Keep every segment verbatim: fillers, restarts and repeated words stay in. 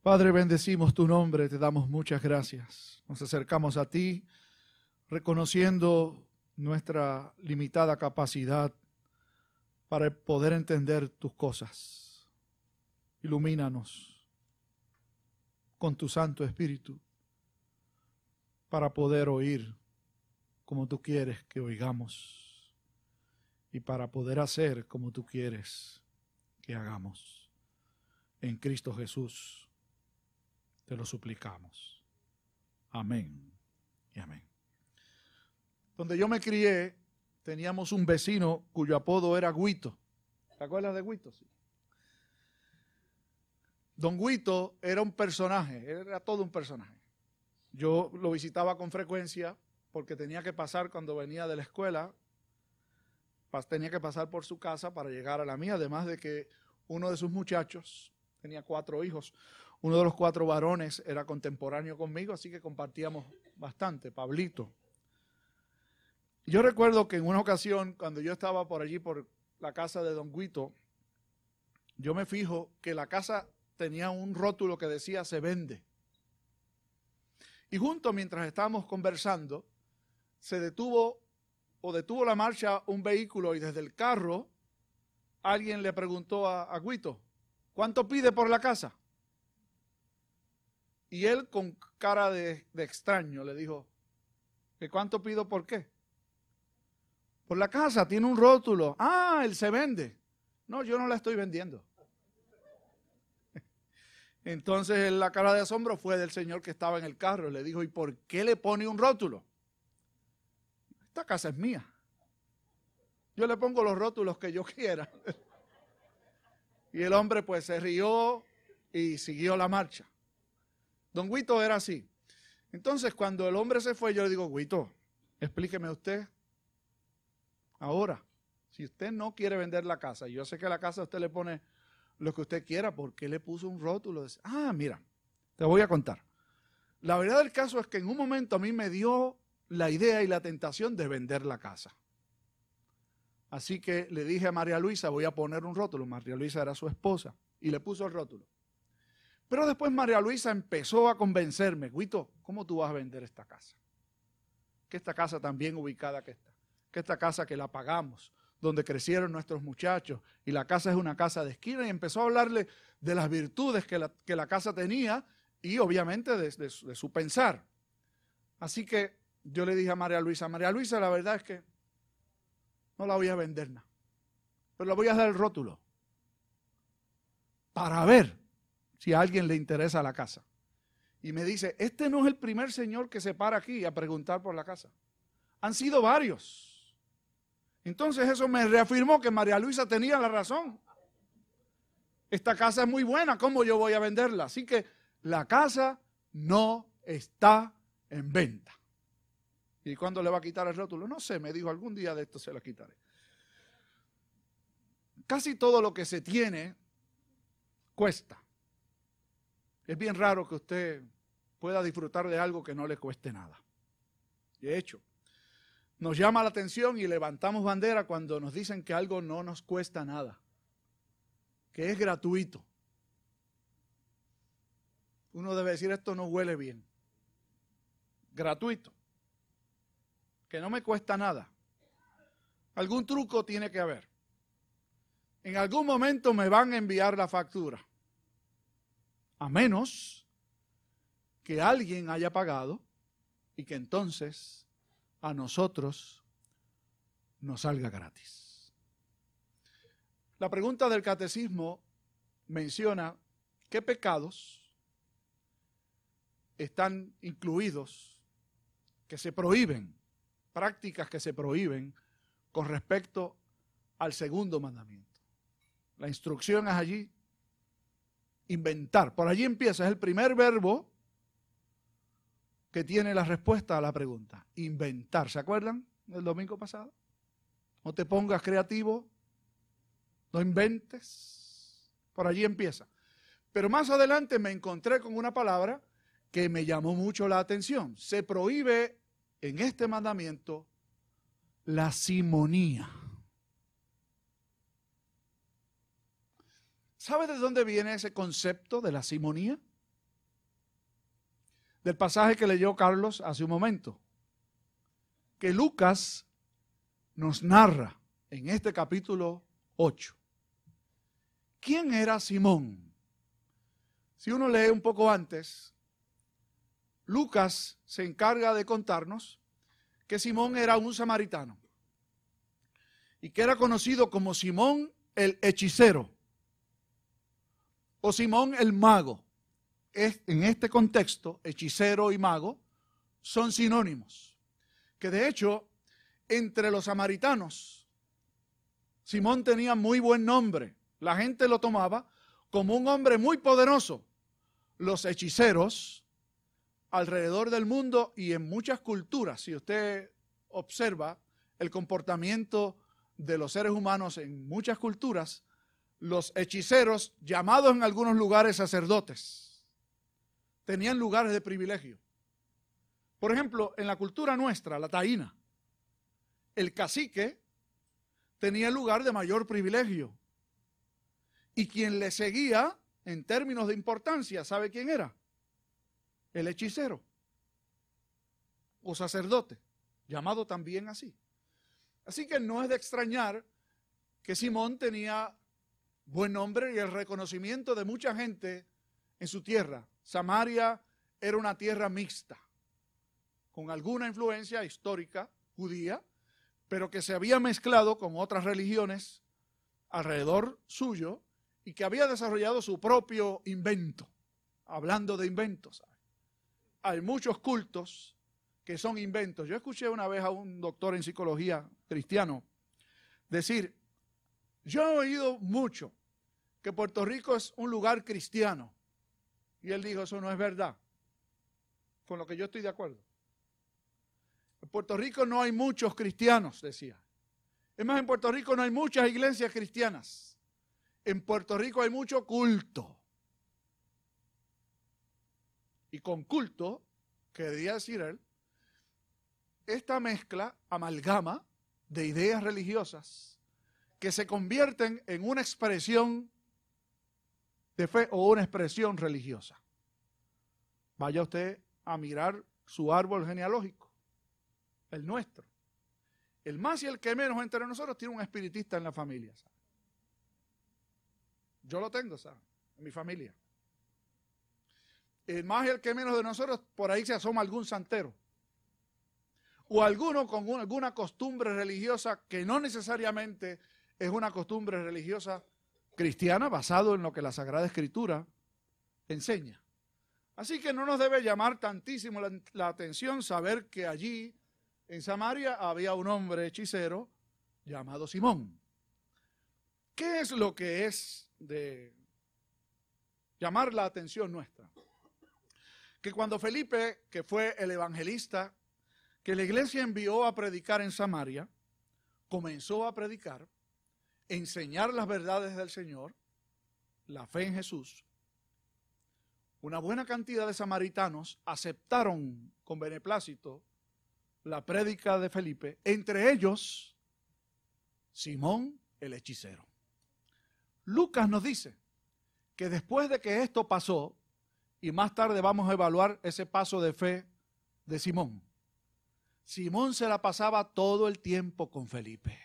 Padre, bendecimos tu nombre, te damos muchas gracias. Nos acercamos a ti reconociendo nuestra limitada capacidad para poder entender tus cosas. Ilumínanos con tu Santo Espíritu para poder oír como tú quieres que oigamos y para poder hacer como tú quieres que hagamos. En Cristo Jesús te lo suplicamos. Amén y amén. Donde yo me crié, teníamos un vecino cuyo apodo era Guito. ¿Te acuerdas de Guito? Sí. Don Guito era un personaje, era todo un personaje. Yo lo visitaba con frecuencia porque tenía que pasar cuando venía de la escuela, tenía que pasar por su casa para llegar a la mía, además de que uno de sus muchachos, tenía cuatro hijos, uno de los cuatro varones era contemporáneo conmigo, así que compartíamos bastante, Pablito. Yo recuerdo que en una ocasión, cuando yo estaba por allí, por la casa de Don Guito, yo me fijo que la casa tenía un rótulo que decía "se vende". Y junto, mientras estábamos conversando, se detuvo o detuvo la marcha un vehículo y desde el carro alguien le preguntó a, a Guito, ¿cuánto pide por la casa? Y él con cara de, de extraño le dijo, ¿que cuánto pido por qué? Por la casa, tiene un rótulo. Ah, él se vende. No, yo no la estoy vendiendo. Entonces la cara de asombro fue del señor que estaba en el carro. Le dijo, ¿y por qué le pone un rótulo? Esta casa es mía. Yo le pongo los rótulos que yo quiera. Y el hombre pues se rió y siguió la marcha. Don Guito era así. Entonces cuando el hombre se fue, yo le digo, Guito, explíqueme usted. Ahora, si usted no quiere vender la casa, yo sé que a la casa usted le pone lo que usted quiera, ¿por qué le puso un rótulo? Ah, mira, te voy a contar. La verdad del caso es que en un momento a mí me dio la idea y la tentación de vender la casa. Así que le dije a María Luisa, voy a poner un rótulo. María Luisa era su esposa y le puso el rótulo. Pero después María Luisa empezó a convencerme, Guito, ¿cómo tú vas a vender esta casa? Que esta casa tan bien ubicada que está. Que esta casa que la pagamos, donde crecieron nuestros muchachos, y la casa es una casa de esquina, y empezó a hablarle de las virtudes que la, que la casa tenía, y obviamente de, de, de su pensar. Así que yo le dije a María Luisa, María Luisa, la verdad es que no la voy a vender nada, pero le voy a dar el rótulo, para ver si a alguien le interesa la casa. Y me dice, este no es el primer señor que se para aquí a preguntar por la casa. Han sido varios. Entonces eso me reafirmó que María Luisa tenía la razón. Esta casa es muy buena, ¿cómo yo voy a venderla? Así que la casa no está en venta. ¿Y cuándo le va a quitar el rótulo? No sé, me dijo, algún día de esto se la quitaré. Casi todo lo que se tiene cuesta. Es bien raro que usted pueda disfrutar de algo que no le cueste nada. De hecho, nos llama la atención y levantamos bandera cuando nos dicen que algo no nos cuesta nada, que es gratuito. Uno debe decir, esto no huele bien. Gratuito. Que no me cuesta nada. Algún truco tiene que haber. En algún momento me van a enviar la factura. A menos que alguien haya pagado y que entonces a nosotros nos salga gratis. La pregunta del catecismo menciona qué pecados están incluidos, que se prohíben, prácticas que se prohíben con respecto al segundo mandamiento. La instrucción es allí, inventar. Por allí empieza, es el primer verbo que tiene la respuesta a la pregunta. Inventar. ¿Se acuerdan del domingo pasado? No te pongas creativo, no inventes. Por allí empieza. Pero más adelante me encontré con una palabra que me llamó mucho la atención. Se prohíbe en este mandamiento la simonía. ¿Sabe de dónde viene ese concepto de la simonía? del pasaje que leyó Carlos hace un momento, que Lucas nos narra en este capítulo ocho. ¿Quién era Simón? Si uno lee un poco antes, Lucas se encarga de contarnos que Simón era un samaritano y que era conocido como Simón el hechicero o Simón el mago. En este contexto, hechicero y mago son sinónimos, que de hecho, entre los samaritanos, Simón tenía muy buen nombre. La gente lo tomaba como un hombre muy poderoso. Los hechiceros alrededor del mundo y en muchas culturas, si usted observa el comportamiento de los seres humanos en muchas culturas, los hechiceros, llamados en algunos lugares sacerdotes, tenían lugares de privilegio. Por ejemplo, en la cultura nuestra, la taína, el cacique tenía el lugar de mayor privilegio. Y quien le seguía, en términos de importancia, ¿sabe quién era? El hechicero o sacerdote, llamado también así. Así que no es de extrañar que Simón tenía buen nombre y el reconocimiento de mucha gente en su tierra. Samaria era una tierra mixta, con alguna influencia histórica judía, pero que se había mezclado con otras religiones alrededor suyo y que había desarrollado su propio invento. Hablando de inventos, ¿sabes? Hay muchos cultos que son inventos. Yo escuché una vez a un doctor en psicología cristiano decir, yo he oído mucho que Puerto Rico es un lugar cristiano. Y él dijo, eso no es verdad, con lo que yo estoy de acuerdo. En Puerto Rico no hay muchos cristianos, decía. Es más, en Puerto Rico no hay muchas iglesias cristianas. En Puerto Rico hay mucho culto. Y con culto, quería decir él, esta mezcla, amalgama de ideas religiosas que se convierten en una expresión de fe o una expresión religiosa. Vaya usted a mirar su árbol genealógico, el nuestro. El más y el que menos entre nosotros tiene un espiritista en la familia, ¿sabe? Yo lo tengo, ¿sabe? En mi familia. El más y el que menos de nosotros, por ahí se asoma algún santero. O alguno con una, alguna costumbre religiosa que no necesariamente es una costumbre religiosa cristiana basado en lo que la Sagrada Escritura enseña. Así que no nos debe llamar tantísimo la, la atención saber que allí en Samaria había un hombre hechicero llamado Simón. ¿Qué es lo que es de llamar la atención nuestra? Que cuando Felipe, que fue el evangelista que la iglesia envió a predicar en Samaria, comenzó a predicar, enseñar las verdades del Señor, la fe en Jesús, una buena cantidad de samaritanos aceptaron con beneplácito la prédica de Felipe, entre ellos Simón el hechicero. Lucas nos dice que después de que esto pasó, y más tarde vamos a evaluar ese paso de fe de Simón, Simón se la pasaba todo el tiempo con Felipe,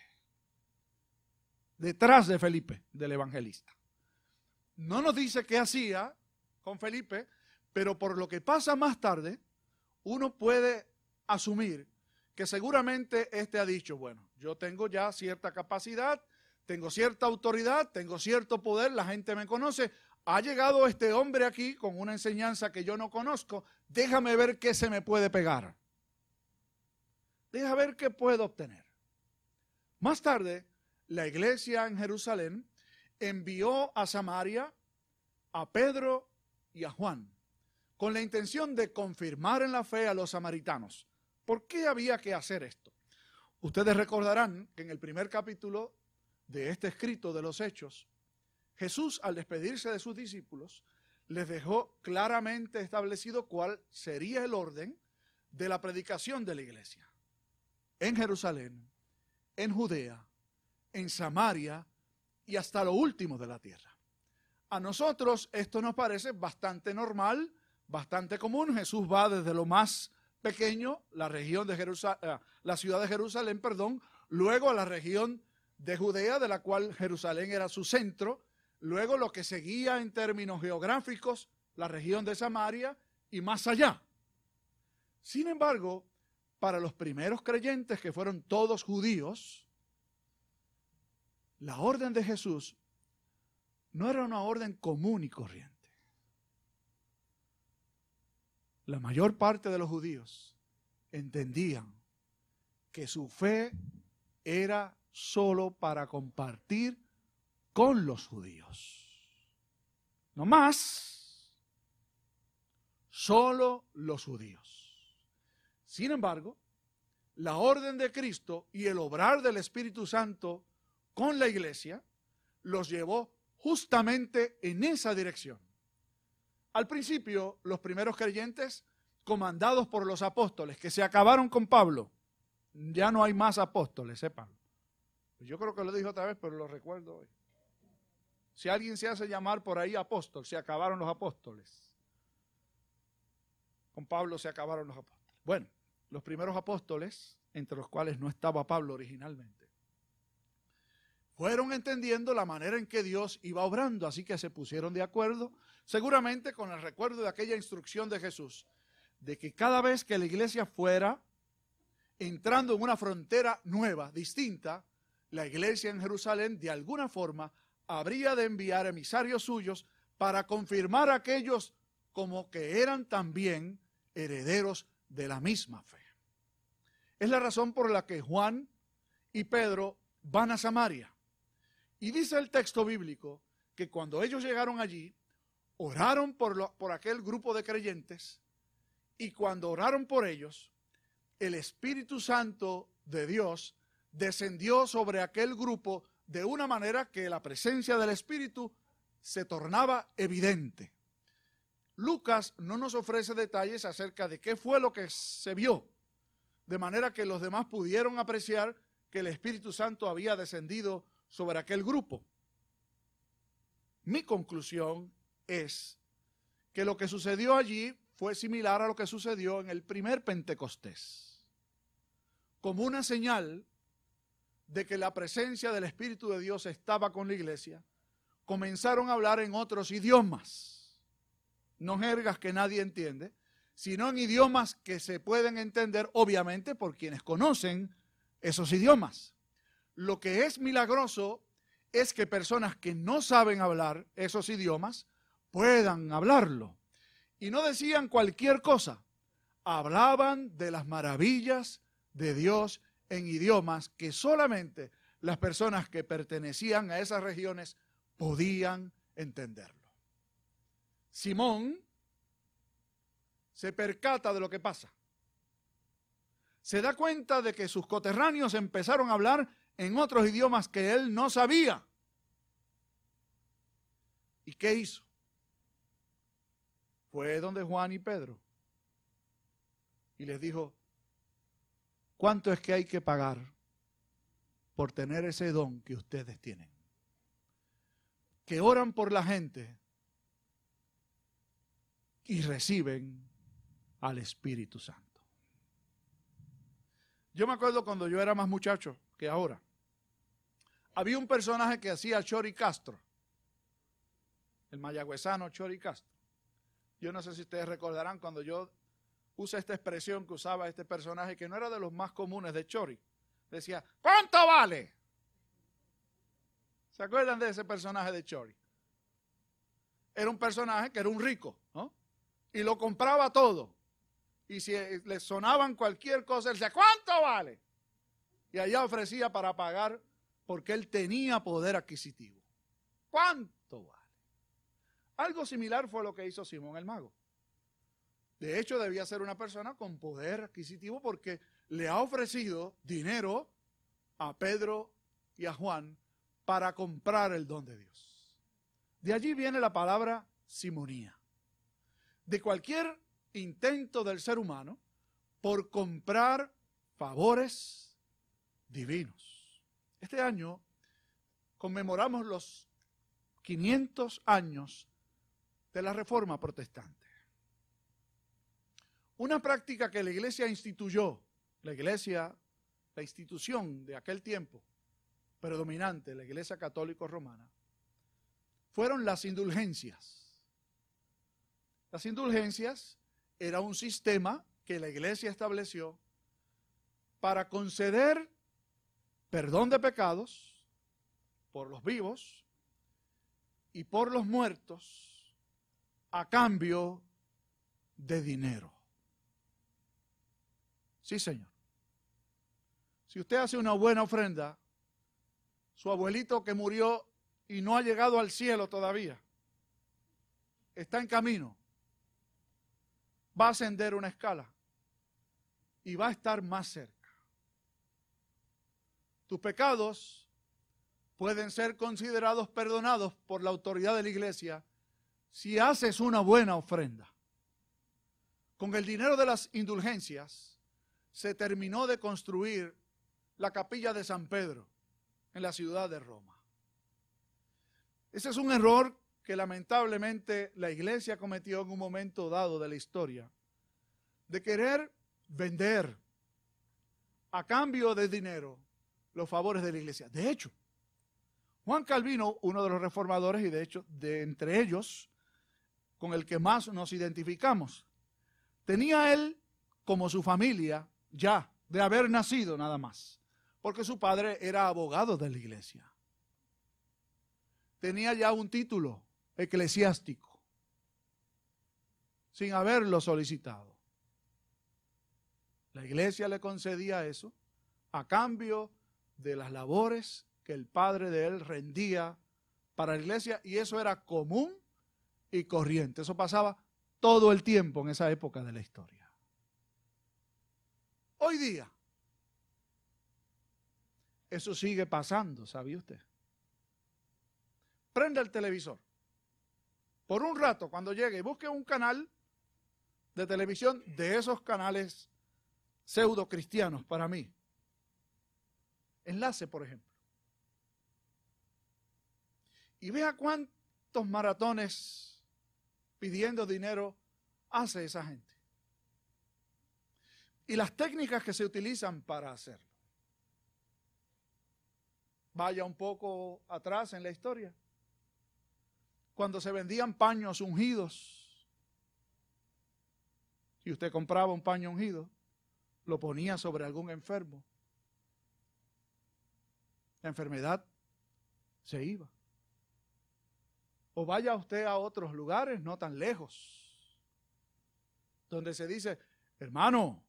detrás de Felipe, del evangelista. No nos dice qué hacía con Felipe, pero por lo que pasa más tarde, uno puede asumir que seguramente éste ha dicho, bueno, yo tengo ya cierta capacidad, tengo cierta autoridad, tengo cierto poder, la gente me conoce, ha llegado este hombre aquí con una enseñanza que yo no conozco, déjame ver qué se me puede pegar. Déjame ver qué puedo obtener. Más tarde, la iglesia en Jerusalén envió a Samaria a Pedro y a Juan con la intención de confirmar en la fe a los samaritanos. ¿Por qué había que hacer esto? Ustedes recordarán que en el primer capítulo de este escrito de los Hechos, Jesús, al despedirse de sus discípulos, les dejó claramente establecido cuál sería el orden de la predicación de la iglesia. En Jerusalén, en Judea, en Samaria y hasta lo último de la tierra. A nosotros esto nos parece bastante normal, bastante común. Jesús va desde lo más pequeño, la región de Jerusalén, la ciudad de Jerusalén, perdón, luego a la región de Judea, de la cual Jerusalén era su centro, luego lo que seguía en términos geográficos, la región de Samaria y más allá. Sin embargo, para los primeros creyentes, que fueron todos judíos, la orden de Jesús no era una orden común y corriente. La mayor parte de los judíos entendían que su fe era solo para compartir con los judíos. No más, solo los judíos. Sin embargo, la orden de Cristo y el obrar del Espíritu Santo con la iglesia los llevó justamente en esa dirección. Al principio, los primeros creyentes, comandados por los apóstoles, que se acabaron con Pablo, ya no hay más apóstoles, sepan. Yo creo que lo dije otra vez, pero lo recuerdo hoy. Si alguien se hace llamar por ahí apóstol, se acabaron los apóstoles. Con Pablo se acabaron los apóstoles. Bueno, los primeros apóstoles, entre los cuales no estaba Pablo originalmente, fueron entendiendo la manera en que Dios iba obrando, así que se pusieron de acuerdo, seguramente con el recuerdo de aquella instrucción de Jesús, de que cada vez que la iglesia fuera entrando en una frontera nueva, distinta, la iglesia en Jerusalén de alguna forma habría de enviar emisarios suyos para confirmar a aquellos como que eran también herederos de la misma fe. Es la razón por la que Juan y Pedro van a Samaria. Y dice el texto bíblico que cuando ellos llegaron allí, oraron por, lo, por aquel grupo de creyentes, y cuando oraron por ellos, el Espíritu Santo de Dios descendió sobre aquel grupo de una manera que la presencia del Espíritu se tornaba evidente. Lucas no nos ofrece detalles acerca de qué fue lo que se vio, de manera que los demás pudieron apreciar que el Espíritu Santo había descendido sobre aquel grupo. Mi conclusión es que lo que sucedió allí fue similar a lo que sucedió en el primer Pentecostés, como una señal de que la presencia del Espíritu de Dios estaba con la iglesia. Comenzaron a hablar en otros idiomas, no jergas que nadie entiende, sino en idiomas que se pueden entender obviamente por quienes conocen esos idiomas. Lo que es milagroso es que personas que no saben hablar esos idiomas puedan hablarlo. Y no decían cualquier cosa, hablaban de las maravillas de Dios en idiomas que solamente las personas que pertenecían a esas regiones podían entenderlo. Simón se percata de lo que pasa. Se da cuenta de que sus coterráneos empezaron a hablar en otros idiomas que él no sabía. ¿Y qué hizo? Fue donde Juan y Pedro y les dijo: ¿cuánto es que hay que pagar por tener ese don que ustedes tienen? Que oran por la gente y reciben al Espíritu Santo. Yo me acuerdo cuando yo era más muchacho que ahora. Había un personaje que hacía Chori Castro, el mayagüezano Chori Castro. Yo no sé si ustedes recordarán cuando yo usé esta expresión que usaba este personaje, que no era de los más comunes de Chori. Decía: ¿cuánto vale? ¿Se acuerdan de ese personaje de Chori? Era un personaje que era un rico, ¿no? Y lo compraba todo. Y si le sonaban cualquier cosa, él decía: ¿cuánto vale? Y allá ofrecía para pagar porque él tenía poder adquisitivo. ¿Cuánto vale? Algo similar fue lo que hizo Simón el Mago. De hecho, debía ser una persona con poder adquisitivo porque le ha ofrecido dinero a Pedro y a Juan para comprar el don de Dios. De allí viene la palabra simonía. De cualquier intento del ser humano por comprar favores divinos. Este año conmemoramos los quinientos años de la Reforma Protestante. Una práctica que la iglesia instituyó, la iglesia, la institución de aquel tiempo predominante, la iglesia católica romana, fueron las indulgencias. Las indulgencias era un sistema que la iglesia estableció para conceder perdón de pecados por los vivos y por los muertos a cambio de dinero. Sí, señor. Si usted hace una buena ofrenda, su abuelito que murió y no ha llegado al cielo todavía, está en camino, va a ascender una escala y va a estar más cerca. Tus pecados pueden ser considerados perdonados por la autoridad de la iglesia si haces una buena ofrenda. Con el dinero de las indulgencias se terminó de construir la capilla de San Pedro en la ciudad de Roma. Ese es un error que lamentablemente la iglesia cometió en un momento dado de la historia, de querer vender a cambio de dinero los favores de la iglesia. De hecho, Juan Calvino, uno de los reformadores, y de hecho de entre ellos, con el que más nos identificamos, tenía él como su familia ya, de haber nacido nada más, porque su padre era abogado de la iglesia. Tenía ya un título eclesiástico, sin haberlo solicitado. La iglesia le concedía eso a cambio de las labores que el padre de él rendía para la iglesia, y eso era común y corriente. Eso pasaba todo el tiempo en esa época de la historia. Hoy día, eso sigue pasando, ¿sabía usted? Prenda el televisor. Por un rato, cuando llegue, busque un canal de televisión de esos canales pseudo cristianos para mí. Enlace, por ejemplo. Y vea cuántos maratones pidiendo dinero hace esa gente. Y las técnicas que se utilizan para hacerlo. Vaya un poco atrás en la historia. Cuando se vendían paños ungidos, si usted compraba un paño ungido, lo ponía sobre algún enfermo, la enfermedad se iba. O vaya usted a otros lugares no tan lejos, donde se dice, hermano,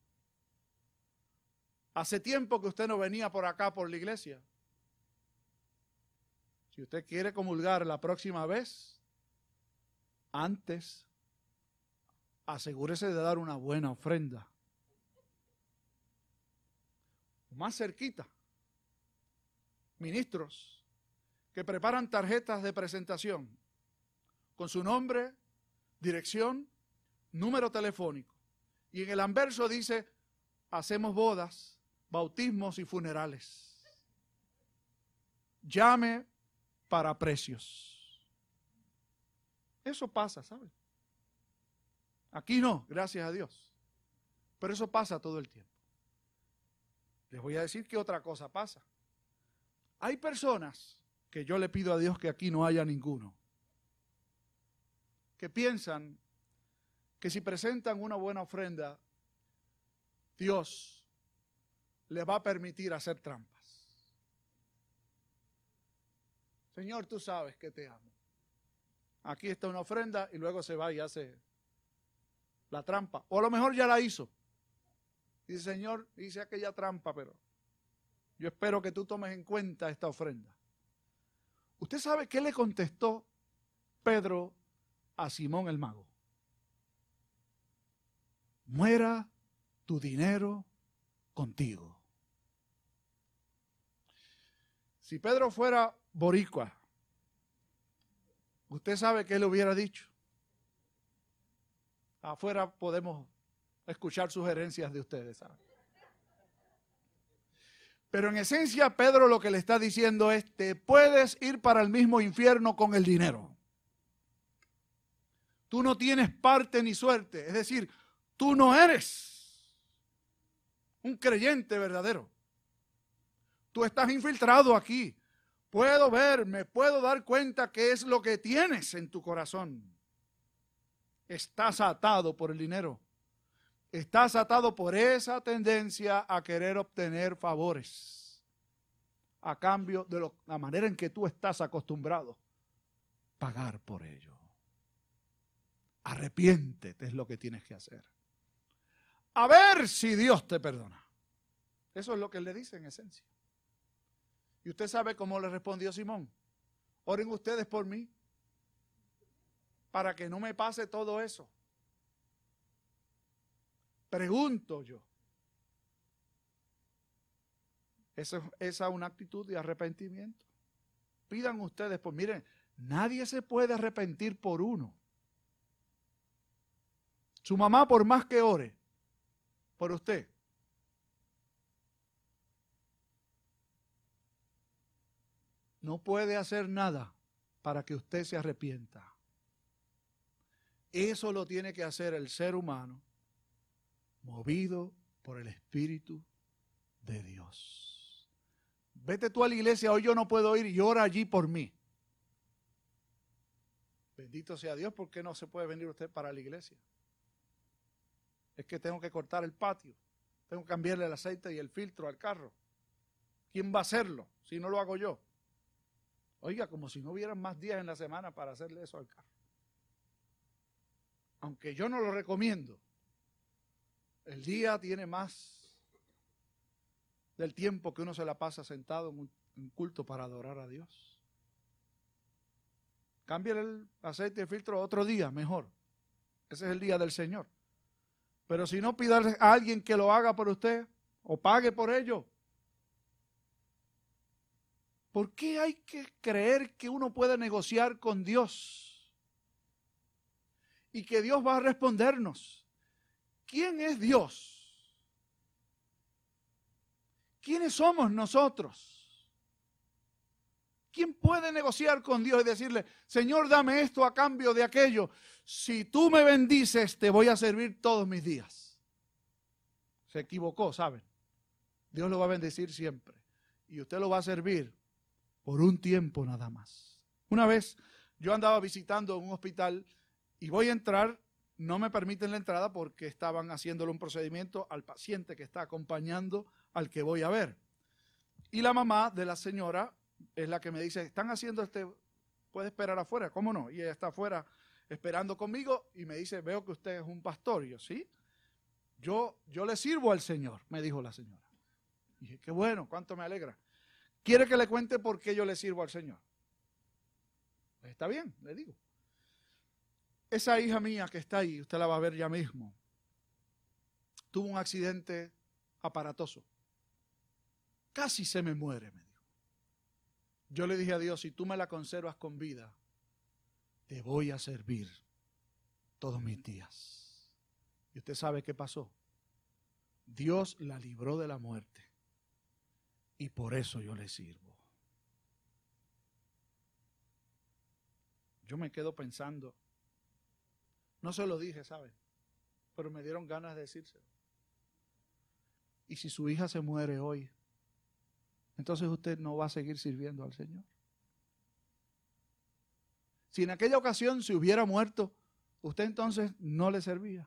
hace tiempo que usted no venía por acá por la iglesia. Si usted quiere comulgar la próxima vez, antes, asegúrese de dar una buena ofrenda. Más cerquita, ministros que preparan tarjetas de presentación con su nombre, dirección, número telefónico. Y en el anverso dice, hacemos bodas, bautismos y funerales. Llame para precios. Eso pasa, ¿sabe? Aquí no, gracias a Dios. Pero eso pasa todo el tiempo. Les voy a decir que otra cosa pasa. Hay personas, que yo le pido a Dios que aquí no haya ninguno, que piensan que si presentan una buena ofrenda, Dios les va a permitir hacer trampas. Señor, tú sabes que te amo. Aquí está una ofrenda y luego se va y hace la trampa. O a lo mejor ya la hizo. Dice, Señor, hice aquella trampa, pero yo espero que tú tomes en cuenta esta ofrenda. ¿Usted sabe qué le contestó Pedro a Simón el mago? Muera tu dinero contigo. Si Pedro fuera boricua, ¿usted sabe qué le hubiera dicho? Afuera podemos escuchar sugerencias de ustedes, ¿saben? Pero en esencia Pedro lo que le está diciendo es, te puedes ir para el mismo infierno con el dinero. Tú no tienes parte ni suerte, es decir, Tú no eres un creyente verdadero. Tú estás infiltrado aquí. Puedo ver, me puedo dar cuenta qué es lo que tienes en tu corazón. Estás atado por el dinero. Estás atado por esa tendencia a querer obtener favores a cambio de lo, la manera en que tú estás acostumbrado a pagar por ello. Arrepiéntete es lo que tienes que hacer. A ver si Dios te perdona. Eso es lo que él le dice en esencia. Y usted sabe cómo le respondió Simón. Oren ustedes por mí para que no me pase todo eso. Pregunto yo. Esa es una actitud de arrepentimiento. Pidan ustedes, pues miren, nadie se puede arrepentir por uno. Su mamá, por más que ore por usted, no puede hacer nada para que usted se arrepienta. Eso lo tiene que hacer el ser humano, movido por el Espíritu de Dios. Vete tú a la iglesia, hoy yo no puedo ir y ora allí por mí. Bendito sea Dios, ¿por qué no se puede venir usted para la iglesia? Es que tengo que cortar el patio, tengo que cambiarle el aceite y el filtro al carro. ¿Quién va a hacerlo si no lo hago yo? Oiga, como si no hubieran más días en la semana para hacerle eso al carro. Aunque yo no lo recomiendo, el día tiene más del tiempo que uno se la pasa sentado en un culto para adorar a Dios. Cámbiale el aceite y el filtro otro día, mejor. Ese es el día del Señor. Pero si no, pídale a alguien que lo haga por usted o pague por ello. ¿Por qué hay que creer que uno puede negociar con Dios? Y que Dios va a respondernos. ¿Quién es Dios? ¿Quiénes somos nosotros? ¿Quién puede negociar con Dios y decirle, Señor, dame esto a cambio de aquello? Si tú me bendices, te voy a servir todos mis días. Se equivocó, ¿saben? Dios lo va a bendecir siempre. Y usted lo va a servir por un tiempo nada más. Una vez yo andaba visitando un hospital y voy a entrar, no me permiten la entrada porque estaban haciéndole un procedimiento al paciente que está acompañando al que voy a ver. Y la mamá de la señora es la que me dice, están haciendo este, puede esperar afuera, ¿cómo no? Y ella está afuera esperando conmigo y me dice, veo que usted es un pastor. Y yo, ¿sí? Yo, yo le sirvo al Señor, me dijo la señora. Y dije, qué bueno, cuánto me alegra. ¿Quiere que le cuente por qué yo le sirvo al Señor? Pues está bien, le digo. Esa hija mía que está ahí, usted la va a ver ya mismo, tuvo un accidente aparatoso. Casi se me muere, me dijo. Yo le dije a Dios, si tú me la conservas con vida, te voy a servir todos mis días. Y usted sabe qué pasó. Dios la libró de la muerte. Y por eso yo le sirvo. Yo me quedo pensando, no se lo dije, ¿sabe? Pero me dieron ganas de decírselo. Y si su hija se muere hoy, entonces usted no va a seguir sirviendo al Señor. Si en aquella ocasión se hubiera muerto, usted entonces no le servía.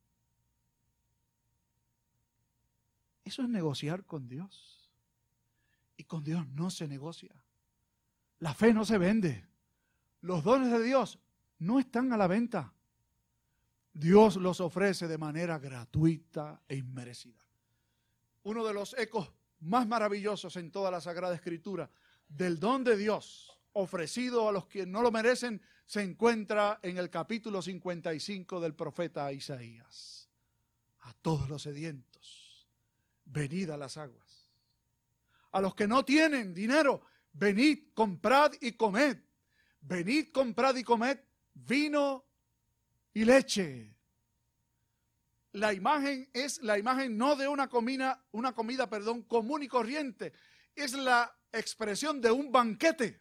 Eso es negociar con Dios. Y con Dios no se negocia. La fe no se vende. Los dones de Dios no están a la venta. Dios los ofrece de manera gratuita e inmerecida. Uno de los ecos más maravillosos en toda la Sagrada Escritura del don de Dios ofrecido a los que no lo merecen se encuentra en el capítulo cincuenta y cinco del profeta Isaías. A todos los sedientos, venid a las aguas. A los que no tienen dinero, venid, comprad y comed. Venid, comprad y comed vino y leche. La imagen es la imagen no de una comida, una comida, perdón, común y corriente. Es la expresión de un banquete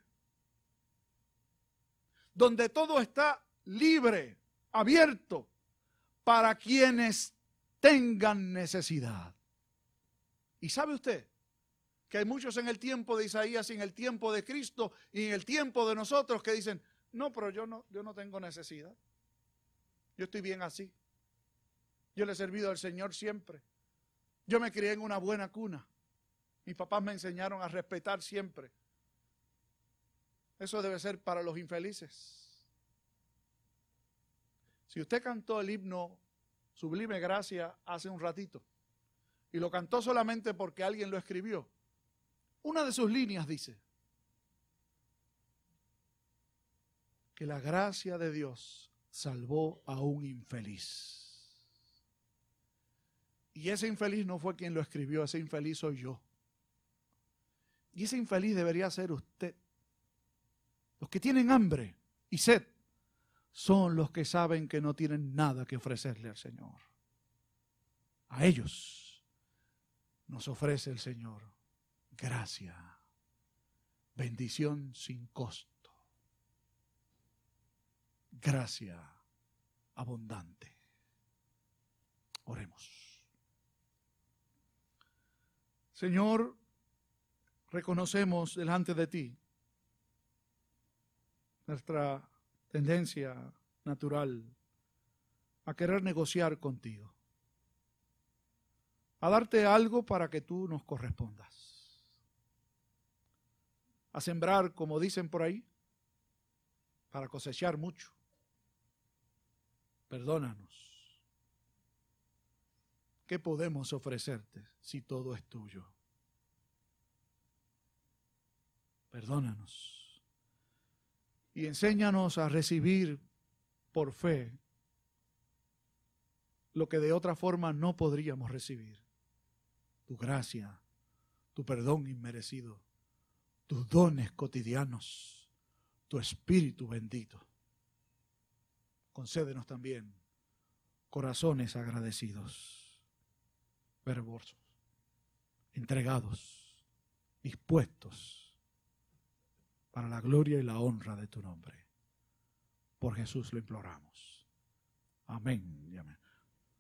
donde todo está libre, abierto, para quienes tengan necesidad. ¿Y sabe usted que hay muchos en el tiempo de Isaías y en el tiempo de Cristo y en el tiempo de nosotros que dicen, no, pero yo no, yo no tengo necesidad. Yo estoy bien así. Yo le he servido al Señor siempre. Yo me crié en una buena cuna. Mis papás me enseñaron a respetar siempre. Eso debe ser para los infelices. Si usted cantó el himno Sublime Gracia hace un ratito y lo cantó solamente porque alguien lo escribió, una de sus líneas dice que la gracia de Dios salvó a un infeliz. Y ese infeliz no fue quien lo escribió, ese infeliz soy yo. Y ese infeliz debería ser usted. Los que tienen hambre y sed son los que saben que no tienen nada que ofrecerle al Señor. A ellos nos ofrece el Señor gracia, bendición sin costo, gracia abundante. Oremos. Señor, reconocemos delante de ti nuestra tendencia natural a querer negociar contigo, a darte algo para que tú nos correspondas, a sembrar, como dicen por ahí, para cosechar mucho. Perdónanos. ¿Qué podemos ofrecerte si todo es tuyo? Perdónanos. Y enséñanos a recibir por fe lo que de otra forma no podríamos recibir. Tu gracia, tu perdón inmerecido, tus dones cotidianos, tu Espíritu bendito. Concédenos también corazones agradecidos, fervorosos, entregados, dispuestos para la gloria y la honra de tu nombre. Por Jesús lo imploramos. Amén y amén.